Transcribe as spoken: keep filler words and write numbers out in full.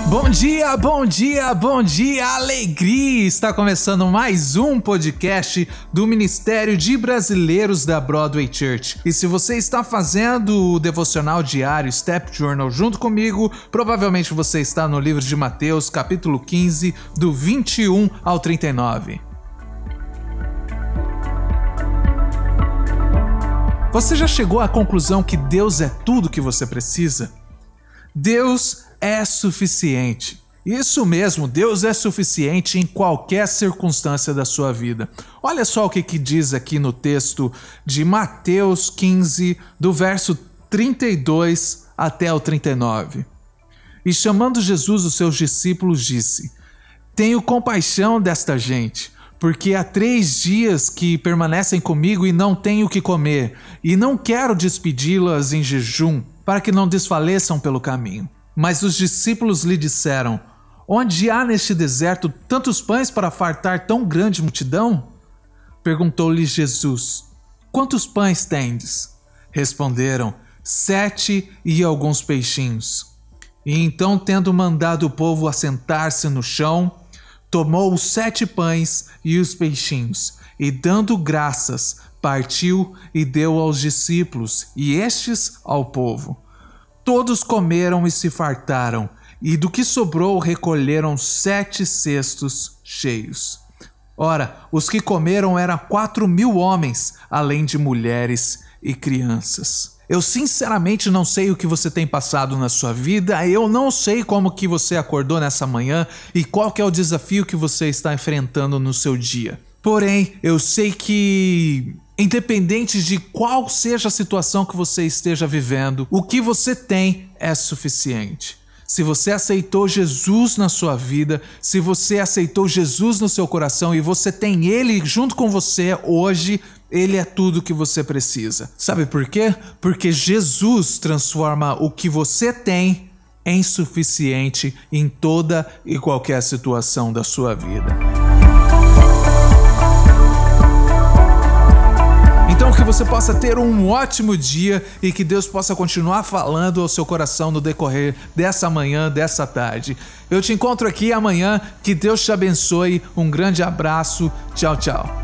Bom dia, bom dia, bom dia, alegria! Está começando mais um podcast do Ministério de Brasileiros da Broadway Church. E se você está fazendo o devocional diário Step Journal junto comigo, provavelmente você está no livro de Mateus, capítulo quinze, do vinte e um ao trinta e nove. Você já chegou à conclusão que Deus é tudo que você precisa? Deus é suficiente. Isso mesmo, Deus é suficiente em qualquer circunstância da sua vida. Olha só o que, que diz aqui no texto de Mateus quinze, do verso trinta e dois até o trinta e nove. E chamando Jesus os seus discípulos, disse: Tenho compaixão desta gente, porque há três dias que permanecem comigo e não tenho o que comer, e não quero despedi-las em jejum, para que não desfaleçam pelo caminho. Mas os discípulos lhe disseram: Onde há neste deserto tantos pães para fartar tão grande multidão? Perguntou-lhe Jesus: Quantos pães tendes? Responderam: Sete e alguns peixinhos. E então, tendo mandado o povo assentar-se no chão, tomou os sete pães e os peixinhos, e dando graças, partiu e deu aos discípulos, e estes ao povo. Todos comeram e se fartaram, e do que sobrou recolheram sete cestos cheios. Ora, os que comeram eram quatro mil homens, além de mulheres e crianças. Eu sinceramente não sei o que você tem passado na sua vida, eu não sei como que você acordou nessa manhã e qual que é o desafio que você está enfrentando no seu dia. Porém, eu sei que, independente de qual seja a situação que você esteja vivendo, o que você tem é suficiente. Se você aceitou Jesus na sua vida, se você aceitou Jesus no seu coração e você tem Ele junto com você hoje, Ele é tudo que você precisa. Sabe por quê? Porque Jesus transforma o que você tem em suficiente em toda e qualquer situação da sua vida. Então que você possa ter um ótimo dia e que Deus possa continuar falando ao seu coração no decorrer dessa manhã, dessa tarde. Eu te encontro aqui amanhã, que Deus te abençoe, um grande abraço, tchau, tchau.